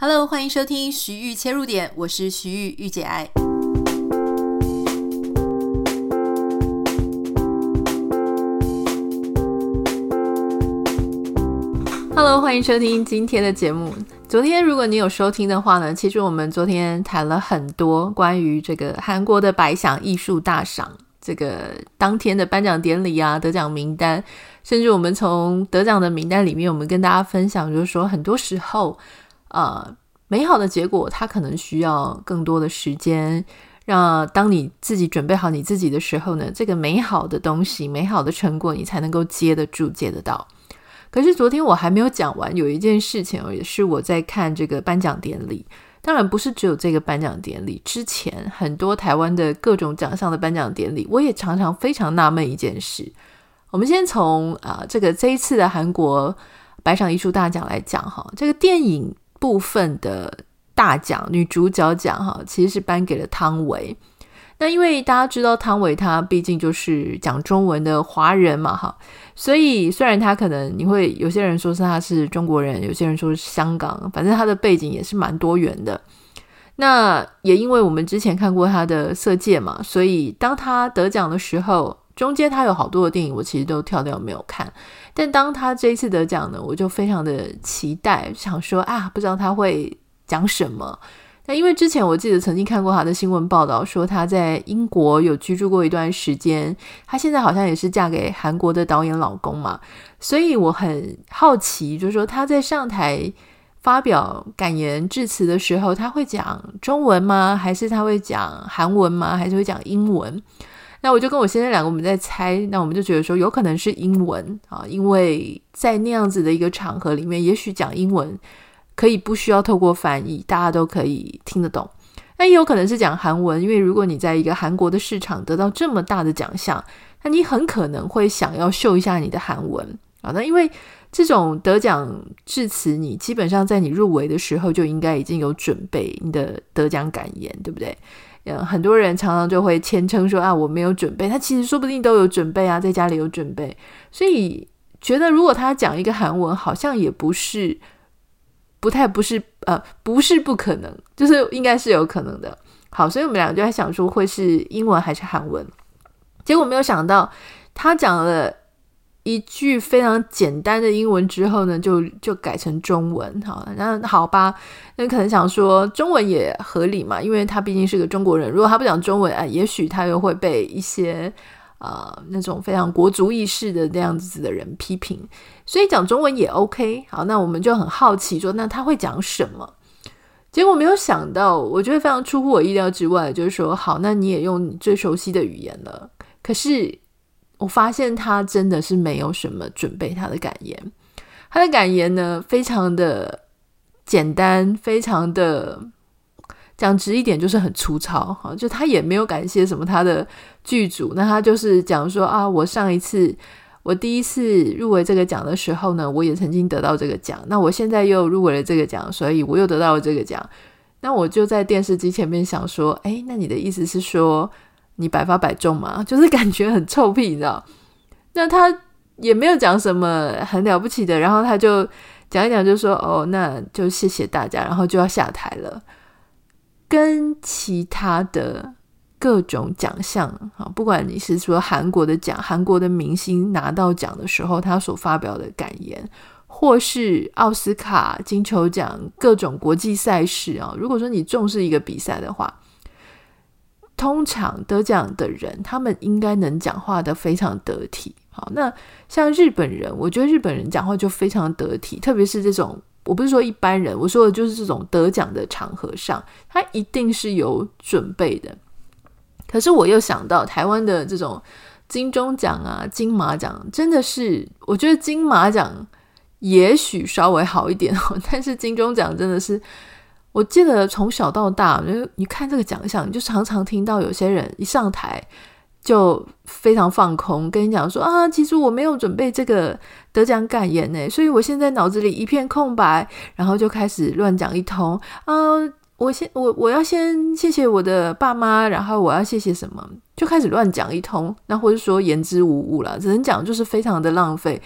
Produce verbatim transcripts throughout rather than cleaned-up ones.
Hello， 欢迎收听徐玉切入点，我是徐玉玉姐爱。Hello， 欢迎收听今天的节目。昨天如果你有收听的话呢，其实我们昨天谈了很多关于这个韩国的百想艺术大赏，这个当天的颁奖典礼啊，得奖名单，甚至我们从得奖的名单里面，我们跟大家分享，就是说很多时候呃，美好的结果它可能需要更多的时间，让当你自己准备好你自己的时候呢，这个美好的东西，美好的成果你才能够接得住接得到。可是昨天我还没有讲完，有一件事情也是我在看这个颁奖典礼，当然不是只有这个颁奖典礼，之前很多台湾的各种奖项的颁奖典礼，我也常常非常纳闷一件事。我们先从、呃、这个这一次的韩国百想艺术大奖来讲哈，这个电影部分的大奖女主角奖哈，其实是颁给了汤唯。那因为大家知道汤唯她毕竟就是讲中文的华人嘛哈，所以虽然她可能你会有些人说是她是中国人，有些人说是香港，反正她的背景也是蛮多元的。那也因为我们之前看过她的色戒嘛，所以当她得奖的时候，中间她有好多的电影我其实都跳掉没有看，但当她这一次得奖呢，我就非常的期待，想说啊，不知道她会讲什么。那因为之前我记得曾经看过她的新闻报道，说她在英国有居住过一段时间，她现在好像也是嫁给韩国的导演老公嘛，所以我很好奇，就是说她在上台发表感言致辞的时候，她会讲中文吗？还是她会讲韩文吗？还是会讲英文？那我就跟我先生两个我们在猜，那我们就觉得说有可能是英文啊，因为在那样子的一个场合里面，也许讲英文可以不需要透过翻译，大家都可以听得懂。那也有可能是讲韩文，因为如果你在一个韩国的市场得到这么大的奖项，那你很可能会想要秀一下你的韩文啊。那因为这种得奖致辞，你基本上在你入围的时候就应该已经有准备你的得奖感言，对不对？呃，很多人常常就会谦称说啊，我没有准备，他其实说不定都有准备啊，在家里有准备，所以觉得如果他讲一个韩文，好像也不是不太不是呃不是不可能，就是应该是有可能的。好，所以我们两个就在想说会是英文还是韩文，结果没有想到他讲了一句非常简单的英文之后呢，就就改成中文。好，那好吧，那可能想说中文也合理嘛，因为他毕竟是个中国人，如果他不讲中文，哎，也许他又会被一些呃那种非常国族意识的那样子的人批评，所以讲中文也 OK。 好，那我们就很好奇说那他会讲什么，结果没有想到，我觉得非常出乎我意料之外，就是说好，那你也用你最熟悉的语言了，可是我发现他真的是没有什么准备他的感言。他的感言呢非常的简单，非常的讲直一点就是很粗糙，就他也没有感谢什么他的剧组，那他就是讲说啊，我上一次我第一次入围这个奖的时候呢，我也曾经得到这个奖，那我现在又入围了这个奖，所以我又得到了这个奖。那我就在电视机前面想说，诶，那你的意思是说你百发百中吗？就是感觉很臭屁，你知道。那他也没有讲什么很了不起的，然后他就讲一讲就说哦，那就谢谢大家，然后就要下台了。跟其他的各种奖项，不管你是说韩国的奖，韩国的明星拿到奖的时候他所发表的感言，或是奥斯卡、金球奖各种国际赛事啊，如果说你重视一个比赛的话，通常得奖的人他们应该能讲话的非常得体。好，那像日本人，我觉得日本人讲话就非常得体，特别是这种，我不是说一般人，我说的就是这种得奖的场合上，他一定是有准备的。可是我又想到台湾的这种金钟奖啊、金马奖，真的是我觉得金马奖也许稍微好一点哦，但是金钟奖真的是，我记得从小到大你看这个奖项，你就常常听到有些人一上台就非常放空，跟你讲说啊，其实我没有准备这个得奖感言耶，所以我现在脑子里一片空白，然后就开始乱讲一通啊，我先我我要先谢谢我的爸妈，然后我要谢谢什么，就开始乱讲一通，那或者说言之无物啦，只能讲就是非常的浪费。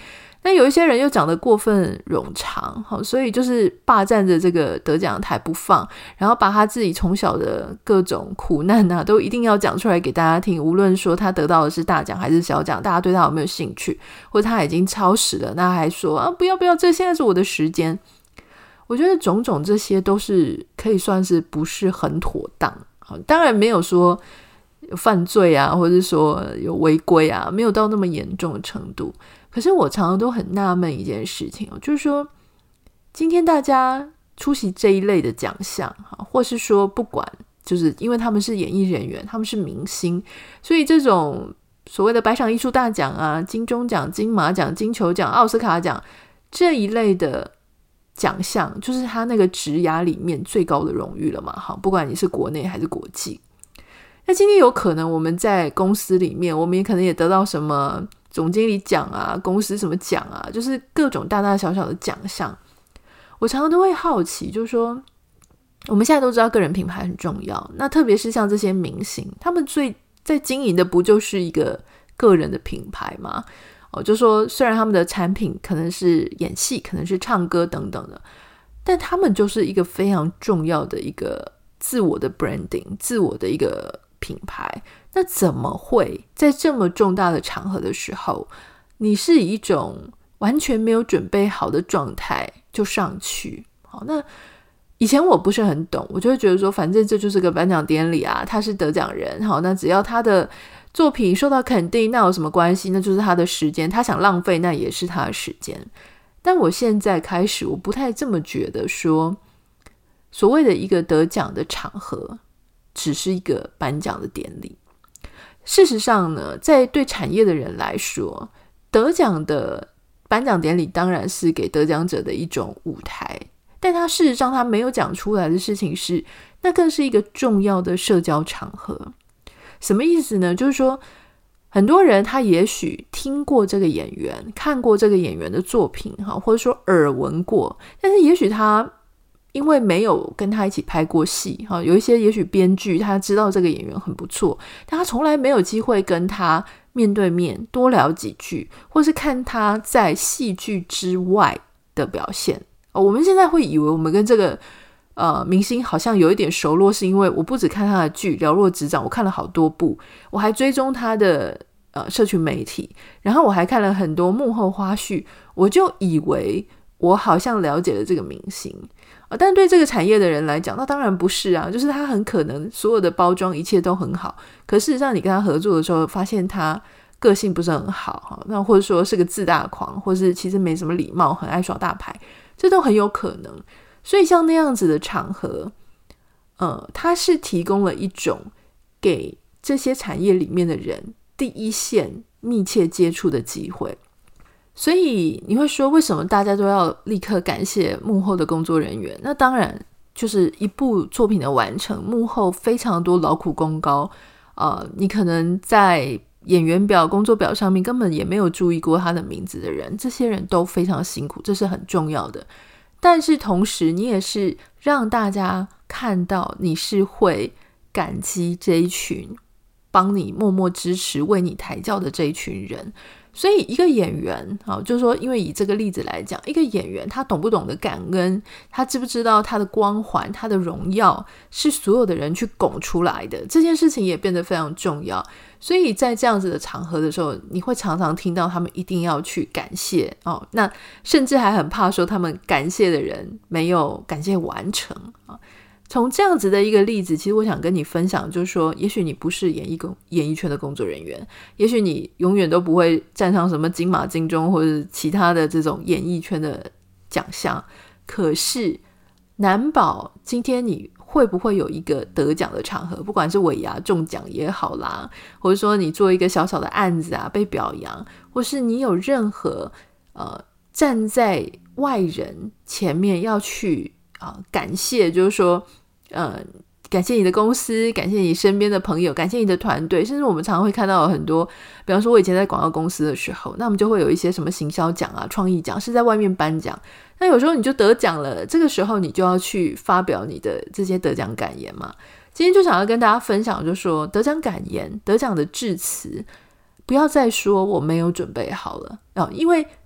但有一些人又讲得过分冗长，好，所以就是霸占着这个得奖台不放，然后把他自己从小的各种苦难啊都一定要讲出来给大家听，无论说他得到的是大奖还是小奖，大家对他有没有兴趣，或者他已经超时了，那还说啊不要不要，这现在是我的时间。我觉得种种这些都是可以算是不是很妥当，当然没有说有犯罪啊，或者说有违规啊，没有到那么严重的程度。可是我常常都很纳闷一件事情，就是说今天大家出席这一类的奖项，或是说不管，就是因为他们是演艺人员，他们是明星，所以这种所谓的百想艺术大奖啊、金钟奖、金马奖、金球奖、奥斯卡奖这一类的奖项，就是他那个职涯里面最高的荣誉了嘛，好，不管你是国内还是国际。那今天有可能我们在公司里面，我们也可能也得到什么总经理奖啊，公司什么奖啊，就是各种大大小小的奖项。我常常都会好奇，就是说我们现在都知道个人品牌很重要，那特别是像这些明星，他们最在经营的不就是一个个人的品牌吗？哦，就说虽然他们的产品可能是演戏，可能是唱歌等等的，但他们就是一个非常重要的一个自我的 branding， 自我的一个品牌。那怎么会在这么重大的场合的时候，你是以一种完全没有准备好的状态就上去？好，那以前我不是很懂，我就会觉得说反正这就是个颁奖典礼啊，他是得奖人，好，那只要他的作品受到肯定，那有什么关系？那就是他的时间，他想浪费那也是他的时间。但我现在开始我不太这么觉得，说所谓的一个得奖的场合只是一个颁奖的典礼。事实上呢，在对产业的人来说，得奖的颁奖典礼当然是给得奖者的一种舞台，但他事实上他没有讲出来的事情是，那更是一个重要的社交场合。什么意思呢？就是说很多人他也许听过这个演员，看过这个演员的作品，或者说耳闻过，但是也许他因为没有跟他一起拍过戏，有一些也许编剧他知道这个演员很不错，但他从来没有机会跟他面对面多聊几句，或是看他在戏剧之外的表现。我们现在会以为我们跟这个呃明星好像有一点熟络，是因为我不只看他的剧了若指掌，我看了好多部，我还追踪他的呃社群媒体，然后我还看了很多幕后花絮，我就以为我好像了解了这个明星。呃、但对这个产业的人来讲，那当然不是啊，就是他很可能所有的包装一切都很好，可事实上你跟他合作的时候发现他个性不是很好，那或者说是个自大狂，或是其实没什么礼貌，很爱耍大牌，这都很有可能。所以像那样子的场合呃，它是提供了一种给这些产业里面的人第一线密切接触的机会。所以你会说为什么大家都要立刻感谢幕后的工作人员？那当然就是一部作品的完成，幕后非常多劳苦功高，呃，你可能在演员表工作表上面根本也没有注意过他的名字的人，这些人都非常辛苦，这是很重要的。但是同时你也是让大家看到你是会感激这一群帮你默默支持为你抬轿的这一群人。所以一个演员就是说，因为以这个例子来讲，一个演员他懂不懂得感恩，他知不知道他的光环，他的荣耀是所有的人去拱出来的，这件事情也变得非常重要。所以在这样子的场合的时候，你会常常听到他们一定要去感谢哦，那甚至还很怕说他们感谢的人没有感谢完成啊。从这样子的一个例子，其实我想跟你分享，就是说也许你不是演艺工演艺圈的工作人员，也许你永远都不会站上什么金马金钟或者其他的这种演艺圈的奖项，可是难保今天你会不会有一个得奖的场合，不管是尾牙中奖也好啦，或者说你做一个小小的案子啊被表扬，或是你有任何呃站在外人前面要去啊，感谢，就是说呃，感谢你的公司，感谢你身边的朋友，感谢你的团队，甚至我们常常会看到很多，比方说我以前在广告公司的时候，那我们就会有一些什么行销奖啊创意奖是在外面颁奖，那有时候你就得奖了，这个时候你就要去发表你的这些得奖感言嘛。今天就想要跟大家分享，就是说得奖感言，得奖的致辞不要再说我没有准备好了、哦、因为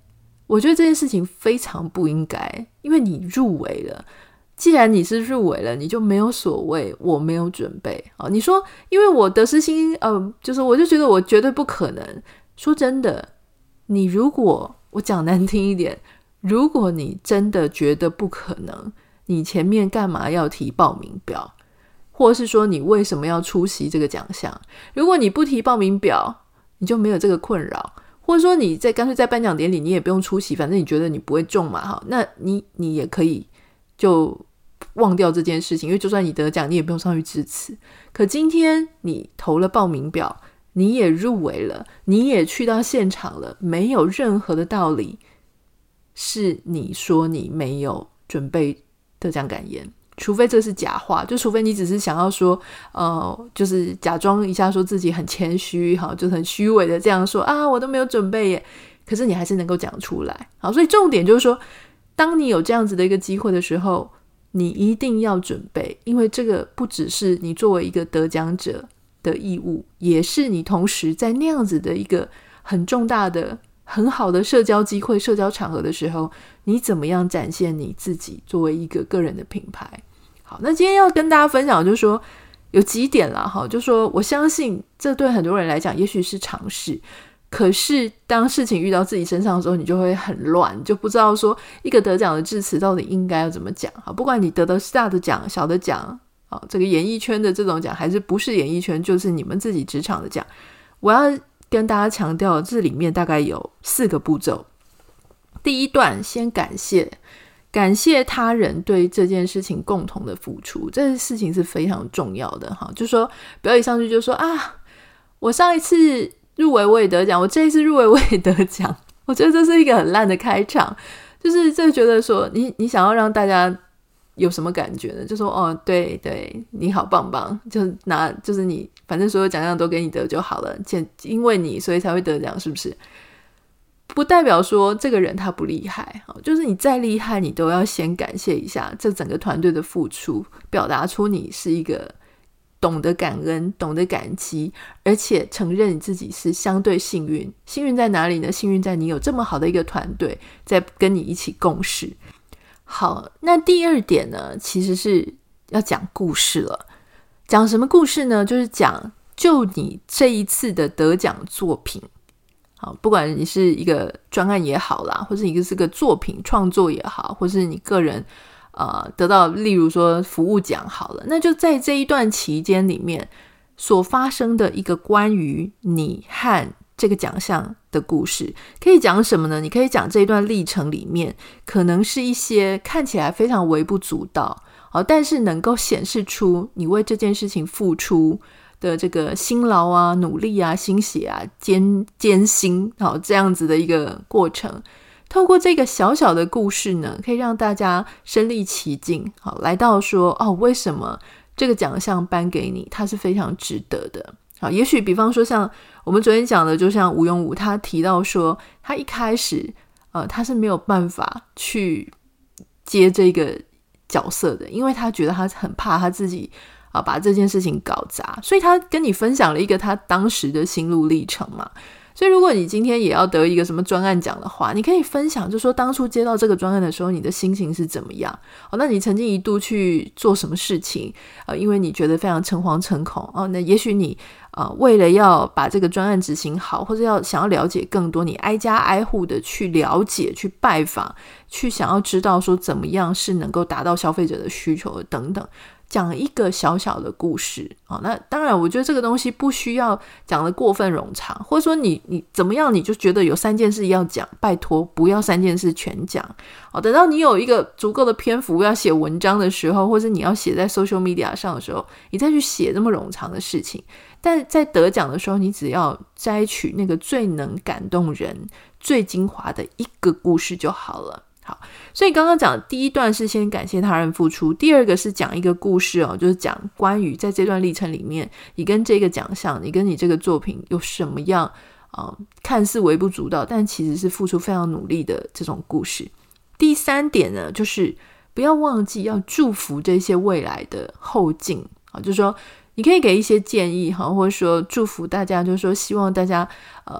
我觉得这件事情非常不应该，因为你入围了，既然你是入围了，你就没有所谓我没有准备、哦、你说因为我得失心呃，就是我就觉得我绝对不可能。说真的，你如果我讲难听一点，如果你真的觉得不可能，你前面干嘛要提报名表，或是说你为什么要出席这个奖项？如果你不提报名表，你就没有这个困扰，或者说你在干脆在颁奖典礼你也不用出席，反正你觉得你不会中嘛，哈，那你你也可以就忘掉这件事情，因为就算你得奖你也不用上去致辞。可今天你投了报名表，你也入围了，你也去到现场了，没有任何的道理是你说你没有准备得奖感言，除非这是假话，就除非你只是想要说呃，就是假装一下说自己很谦虚，好，就很虚伪的这样说啊，我都没有准备耶，可是你还是能够讲出来。好，所以重点就是说，当你有这样子的一个机会的时候，你一定要准备，因为这个不只是你作为一个得奖者的义务，也是你同时在那样子的一个很重大的很好的社交机会社交场合的时候，你怎么样展现你自己作为一个个人的品牌。好，那今天要跟大家分享就是说有几点啦，就是说我相信这对很多人来讲也许是常识，可是当事情遇到自己身上的时候，你就会很乱，就不知道说一个得奖的致辞到底应该要怎么讲。好，不管你得的是大的奖小的奖，好，这个演艺圈的这种奖还是不是演艺圈，就是你们自己职场的奖，我要跟大家强调这里面大概有四个步骤。第一段，先感谢感谢他人对这件事情共同的付出，这件事情是非常重要的哈。就说不要一上去就说啊，我上一次入围我也得奖，我这一次入围我也得奖，我觉得这是一个很烂的开场。就是这觉得说你你想要让大家有什么感觉呢？就说哦，对对，你好棒棒，就拿就是你反正所有奖项都给你得就好了，因为你所以才会得奖，是不是？不代表说这个人他不厉害，就是你再厉害你都要先感谢一下这整个团队的付出，表达出你是一个懂得感恩懂得感激，而且承认你自己是相对幸运。幸运在哪里呢？幸运在你有这么好的一个团队在跟你一起共事。好，那第二点呢，其实是要讲故事了。讲什么故事呢？就是讲就你这一次的得奖作品，好，不管你是一个专案也好啦，或是一个是个作品创作也好，或是你个人呃得到例如说服务奖好了，那就在这一段期间里面所发生的一个关于你和这个奖项的故事。可以讲什么呢？你可以讲这一段历程里面可能是一些看起来非常微不足道、哦、但是能够显示出你为这件事情付出的这个辛劳啊努力啊心血啊艰艰辛、哦、这样子的一个过程。透过这个小小的故事呢，可以让大家身临其境、哦、来到说哦，为什么这个奖项颁给你它是非常值得的。好，也许比方说像我们昨天讲的，就像吴永武他提到说他一开始呃他是没有办法去接这个角色的，因为他觉得他很怕他自己啊把这件事情搞砸，所以他跟你分享了一个他当时的心路历程嘛。所以如果你今天也要得一个什么专案奖的话，你可以分享就说当初接到这个专案的时候你的心情是怎么样、哦、那你曾经一度去做什么事情、呃、因为你觉得非常诚惶诚恐、哦、那也许你、呃、为了要把这个专案执行好，或者要想要了解更多，你挨家挨户的去了解去拜访，去想要知道说怎么样是能够达到消费者的需求的等等，讲一个小小的故事、哦、那当然我觉得这个东西不需要讲得过分冗长，或者说你你怎么样你就觉得有三件事要讲，拜托不要三件事全讲、哦、等到你有一个足够的篇幅要写文章的时候，或者你要写在 social media 上的时候，你再去写这么冗长的事情。但在得奖的时候，你只要摘取那个最能感动人最精华的一个故事就好了。好，所以刚刚讲第一段是先感谢他人付出，第二个是讲一个故事哦，就是讲关于在这段历程里面你跟这个奖项你跟你这个作品有什么样、呃、看似微不足道但其实是付出非常努力的这种故事。第三点呢，就是不要忘记要祝福这些未来的后进、啊、就是说你可以给一些建议，或者说祝福大家，就是说希望大家呃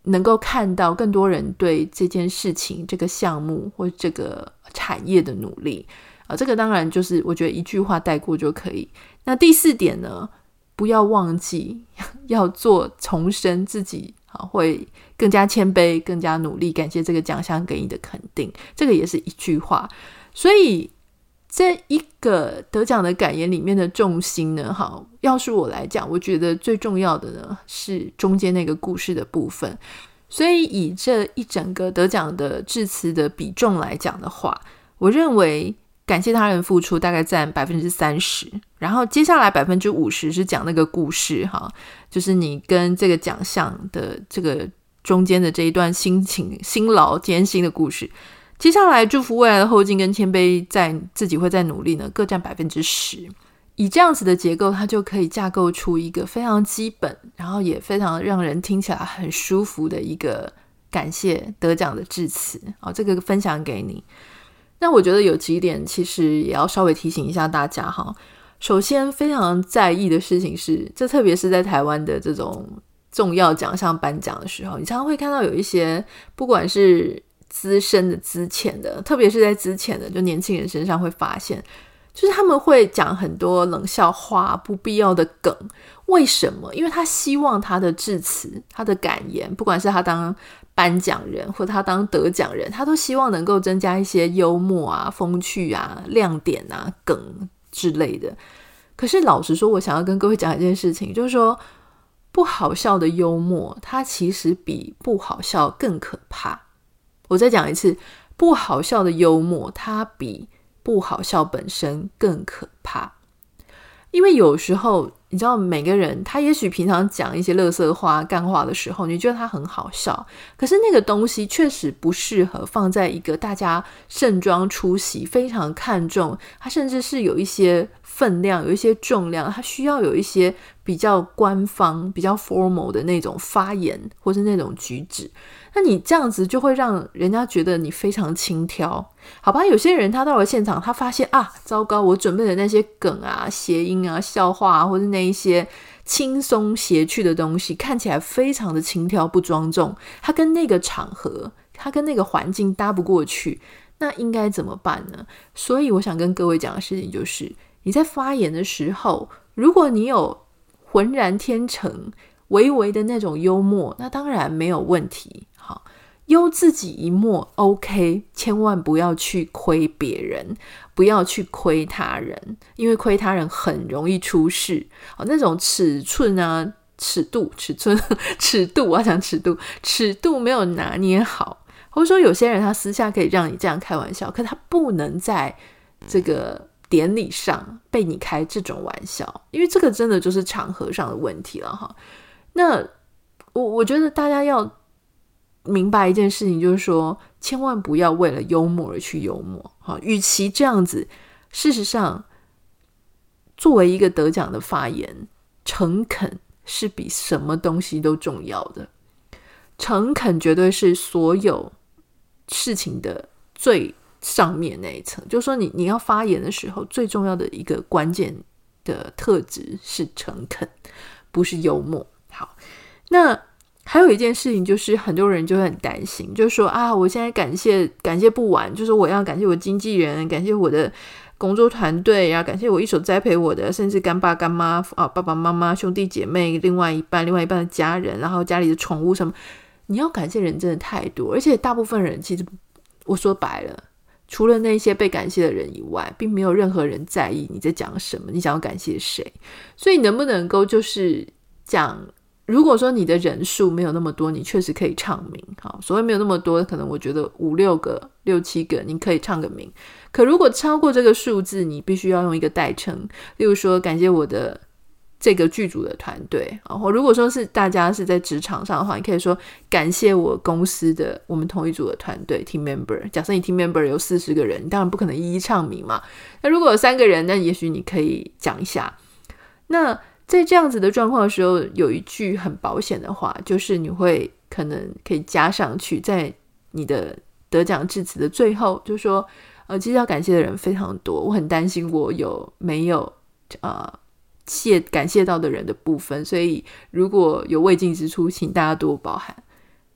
能够看到更多人对这件事情、这个项目或这个产业的努力啊，这个当然就是我觉得一句话带过就可以。那第四点呢，不要忘记要做重申自己啊，会更加谦卑、更加努力，感谢这个奖项给你的肯定，这个也是一句话。所以这一个得奖的感言里面的重心呢，好，要是我来讲，我觉得最重要的呢是中间那个故事的部分。所以以这一整个得奖的致辞的比重来讲的话，我认为感谢他人付出大概占 百分之三十， 然后接下来 百分之五十 是讲那个故事哈，就是你跟这个奖项的这个中间的这一段辛勤辛劳艰辛的故事。接下来祝福未来的后进跟谦卑在自己会再努力呢，各占 百分之十。 以这样子的结构，它就可以架构出一个非常基本，然后也非常让人听起来很舒服的一个感谢得奖的致辞、哦、这个分享给你。那我觉得有几点其实也要稍微提醒一下大家哈。首先非常在意的事情是，这特别是在台湾的这种重要奖项颁奖的时候，你常常会看到有一些不管是资深的资浅的，特别是在资浅的就年轻人身上会发现，就是他们会讲很多冷笑话、不必要的梗。为什么？因为他希望他的致辞、他的感言，不管是他当颁奖人或他当得奖人，他都希望能够增加一些幽默啊、风趣啊、亮点啊、梗之类的。可是老实说，我想要跟各位讲一件事情，就是说不好笑的幽默，它其实比不好笑更可怕。我再讲一次，不好笑的幽默，它比不好笑本身更可怕。因为有时候你知道，每个人他也许平常讲一些垃圾话干话的时候，你觉得他很好笑，可是那个东西确实不适合放在一个大家盛装出席非常看重，他甚至是有一些分量有一些重量，他需要有一些比较官方比较 formal 的那种发言或是那种举止。那你这样子就会让人家觉得你非常轻佻，好吧？有些人他到了现场，他发现啊，糟糕，我准备的那些梗啊、谐音啊、笑话啊，或是那一些轻松谐趣的东西，看起来非常的轻佻不庄重，他跟那个场合，他跟那个环境搭不过去，那应该怎么办呢？所以我想跟各位讲的事情就是，你在发言的时候，如果你有浑然天成微微的那种幽默，那当然没有问题。好，幽自己一默 OK， 千万不要去亏别人，不要去亏他人，因为亏他人很容易出事。好，那种尺寸啊、尺度、尺寸、尺度，我要讲尺度，尺度没有拿捏好，或者说有些人他私下可以让你这样开玩笑，可他不能在这个典礼上被你开这种玩笑，因为这个真的就是场合上的问题了哈。那我我觉得大家要明白一件事情，就是说千万不要为了幽默而去幽默。好，与其这样子，事实上作为一个得奖的发言，诚恳是比什么东西都重要的。诚恳绝对是所有事情的最上面那一层，就是说你你要发言的时候，最重要的一个关键的特质是诚恳，不是幽默。好，那还有一件事情，就是很多人就会很担心，就是说啊，我现在感谢感谢不完，就是我要感谢我经纪人，感谢我的工作团队，然后感谢我一手栽培我的，甚至干爸干妈啊，爸爸妈妈、兄弟姐妹，另外一半另外一半的家人，然后家里的宠物什么，你要感谢人真的太多，而且大部分人其实我说白了，除了那些被感谢的人以外，并没有任何人在意你在讲什么，你想要感谢谁。所以能不能够就是讲，如果说你的人数没有那么多，你确实可以唱名。好，所谓没有那么多，可能我觉得五六个、六七个，你可以唱个名。可如果超过这个数字，你必须要用一个代称，例如说感谢我的这个剧组的团队。或如果说是大家是在职场上的话，你可以说感谢我公司的我们同一组的团队 team member。假设你 team member 有四十个人，你当然不可能一一唱名嘛。那如果有三个人，那也许你可以讲一下。那在这样子的状况的时候，有一句很保险的话，就是你会可能可以加上去，在你的得奖致辞的最后，就说呃，其实要感谢的人非常多，我很担心我有没有呃谢感谢到的人的部分，所以如果有未尽之处，请大家多包涵。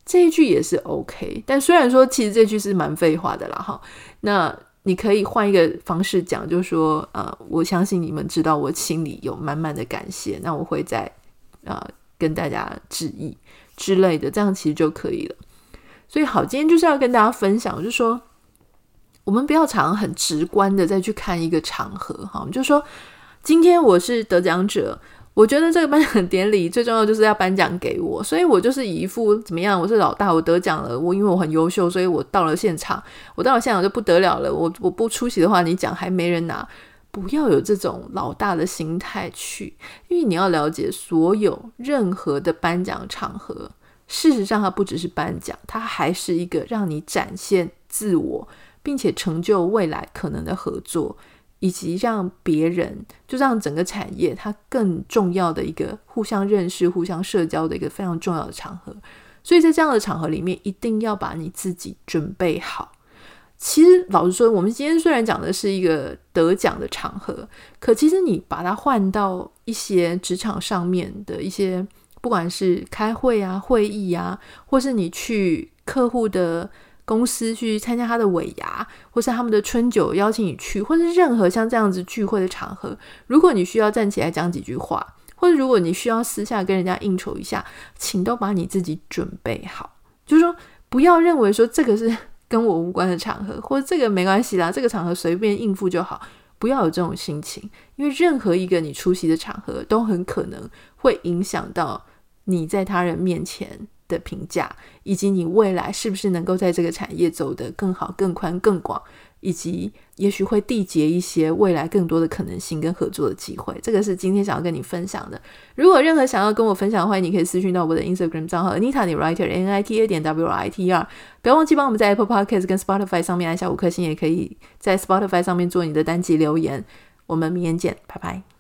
这一句也是 OK。 但虽然说其实这句是蛮废话的啦哈，那你可以换一个方式讲，就是说呃，我相信你们知道我心里有满满的感谢，那我会再呃跟大家致意之类的，这样其实就可以了。所以好，今天就是要跟大家分享，就是说我们不要常很直观的再去看一个场合哈，我们就说今天我是得奖者，我觉得这个颁奖典礼最重要就是要颁奖给我，所以我就是以一副怎么样，我是老大，我得奖了，我因为我很优秀，所以我到了现场，我到了现场就不得了了，我我不出席的话，你奖还没人拿。不要有这种老大的心态去，因为你要了解，所有任何的颁奖场合，事实上它不只是颁奖，它还是一个让你展现自我，并且成就未来可能的合作，以及让别人，就让整个产业它更重要的一个互相认识、互相社交的一个非常重要的场合。所以在这样的场合里面，一定要把你自己准备好。其实老实说，我们今天虽然讲的是一个得奖的场合，可其实你把它换到一些职场上面的一些，不管是开会啊、会议啊，或是你去客户的公司去参加他的尾牙，或是他们的春酒邀请你去，或是任何像这样子聚会的场合，如果你需要站起来讲几句话，或者如果你需要私下跟人家应酬一下，请都把你自己准备好。就是说不要认为说这个是跟我无关的场合，或者这个没关系啦，这个场合随便应付就好，不要有这种心情。因为任何一个你出席的场合都很可能会影响到你在他人面前的评价，以及你未来是不是能够在这个产业走得更好、更宽、更广，以及也许会缔结一些未来更多的可能性跟合作的机会。这个是今天想要跟你分享的。如果有任何想要跟我分享的话，你可以私讯到我的 Instagram 账号 Anita 点 Writer N I T A 点 W R I T E R。 不要忘记帮我们在 Apple Podcast 跟 Spotify 上面按下五颗星，也可以在 Spotify 上面做你的单集留言。我们明天见，拜拜。